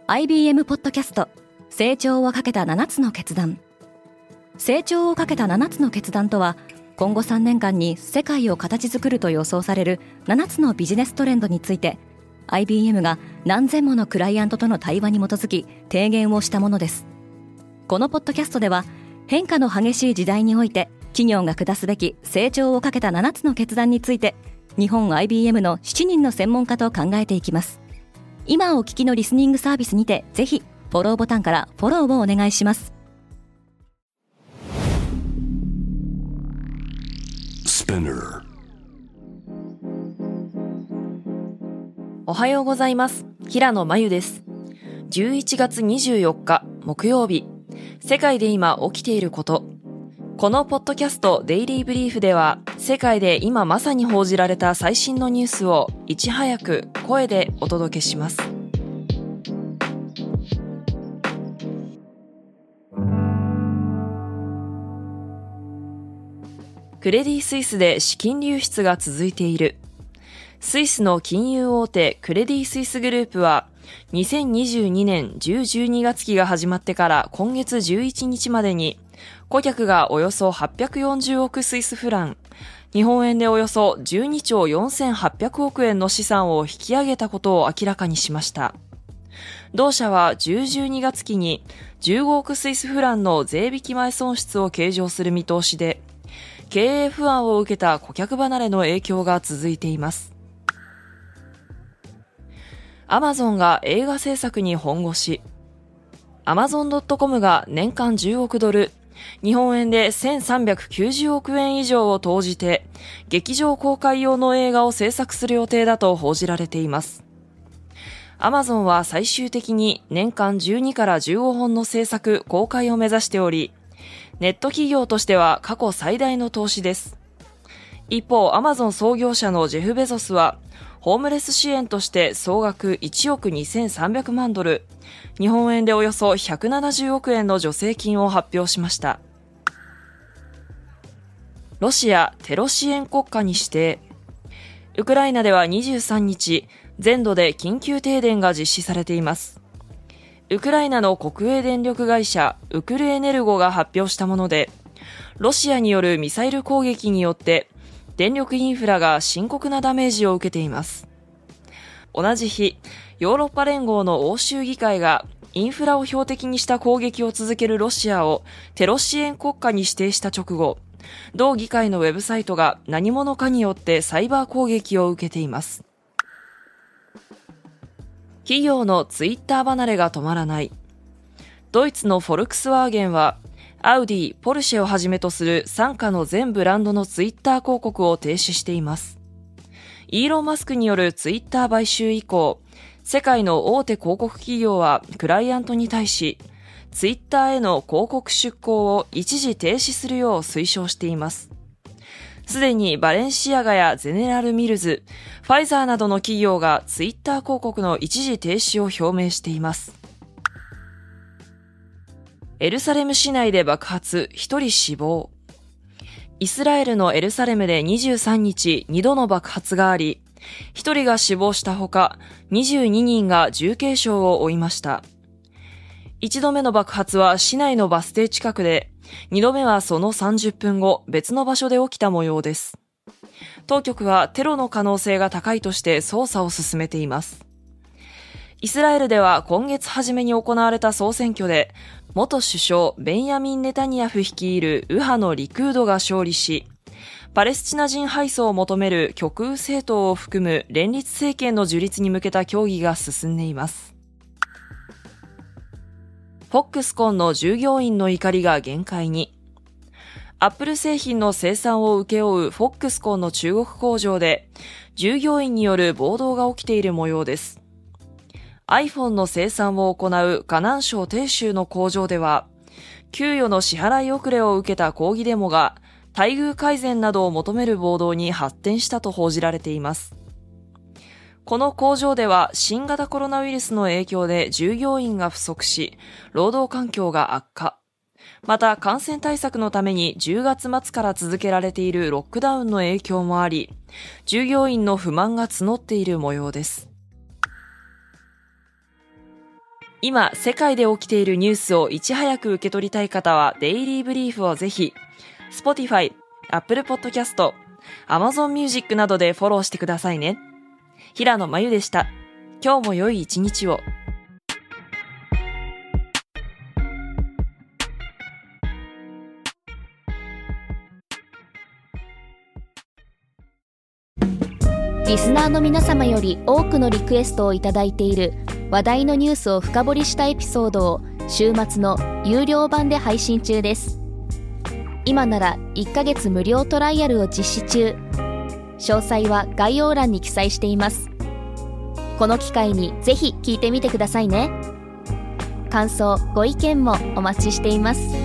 IBM ポッドキャスト成長をかけた7つの決断。成長をかけた7つの決断とは、今後3年間に世界を形作ると予想される7つのビジネストレンドについて IBM が何千ものクライアントとの対話に基づき提言をしたものです。このポッドキャストでは、変化の激しい時代において企業が下すべき成長をかけた7つの決断について、日本 IBM の7人の専門家と考えていきます。今お聞きのリスニングサービスにて、ぜひフォローボタンからフォローをお願いします。 おはようございます。平野真由です。11月24日木曜日、世界で今起きていること。このポッドキャストデイリーブリーフでは、世界で今まさに報じられた最新のニュースをいち早く声でお届けします。クレディ・スイスで資金流出が続いている。スイスの金融大手クレディ・スイスグループは、2022年10-12月期が始まってから今月11日までに、顧客がおよそ840億スイスフラン、日本円でおよそ12兆4800億円の資産を引き上げたことを明らかにしました。同社は10-12月期に15億スイスフランの税引き前損失を計上する見通しで、経営不安を受けた顧客離れの影響が続いています。アマゾンが映画制作に本腰。Amazon.com が年間10億ドル、日本円で1390億円以上を投じて、劇場公開用の映画を制作する予定だと報じられています。Amazon は最終的に年間12から15本の制作・公開を目指しており、ネット企業としては過去最大の投資です。一方、Amazon 創業者のジェフ・ベゾスは、ホームレス支援として総額1億2300万ドル、日本円でおよそ170億円の助成金を発表しました。ロシアテロ支援国家に指定。ウクライナでは23日、全土で緊急停電が実施されています。ウクライナの国営電力会社ウクルエネルゴが発表したもので、ロシアによるミサイル攻撃によって電力インフラが深刻なダメージを受けています。同じ日、ヨーロッパ連合の欧州議会がインフラを標的にした攻撃を続けるロシアをテロ支援国家に指定した直後、同議会のウェブサイトが何者かによってサイバー攻撃を受けています。企業のツイッター離れが止まらない。ドイツのフォルクスワーゲンは、アウディ、ポルシェをはじめとする傘下の全ブランドのツイッター広告を停止しています。イーロン・マスクによるツイッター買収以降、世界の大手広告企業はクライアントに対し、ツイッターへの広告出稿を一時停止するよう推奨しています。すでにバレンシアガやゼネラルミルズ、ファイザーなどの企業がツイッター広告の一時停止を表明しています。エルサレム市内で爆発、1人死亡。イスラエルのエルサレムで23日2度の爆発があり、1人が死亡したほか、22人が重軽傷を負いました。1度目の爆発は市内のバス停近くで、2度目はその30分後、別の場所で起きた模様です。当局はテロの可能性が高いとして捜査を進めています。イスラエルでは今月初めに行われた総選挙で、元首相ベンヤミン・ネタニヤフ率いる右派のリクードが勝利し、パレスチナ人敗訴を求める極右政党を含む連立政権の樹立に向けた協議が進んでいます。フォックスコンの従業員の怒りが限界に。アップル製品の生産を請け負うフォックスコンの中国工場で、従業員による暴動が起きている模様です。iPhone の生産を行う河南省鄭州の工場では、給与の支払い遅れを受けた抗議デモが、待遇改善などを求める暴動に発展したと報じられています。この工場では新型コロナウイルスの影響で従業員が不足し、労働環境が悪化。また感染対策のために10月末から続けられているロックダウンの影響もあり、従業員の不満が募っている模様です。 今、世界で起きているニュースをいち早く受け取りたい方は、デイリーブリーフをぜひ、Spotify、Apple Podcast、Amazon Music などでフォローしてくださいね。平野真由でした。今日も良い一日を。 リスナーの皆様より多くのリクエストをいただいている話題のニュースを深掘りしたエピソードを週末の有料版で配信中です。今なら1ヶ月無料トライアルを実施中。詳細は概要欄に記載しています。この機会にぜひ聞いてみてくださいね。感想、ご意見もお待ちしています。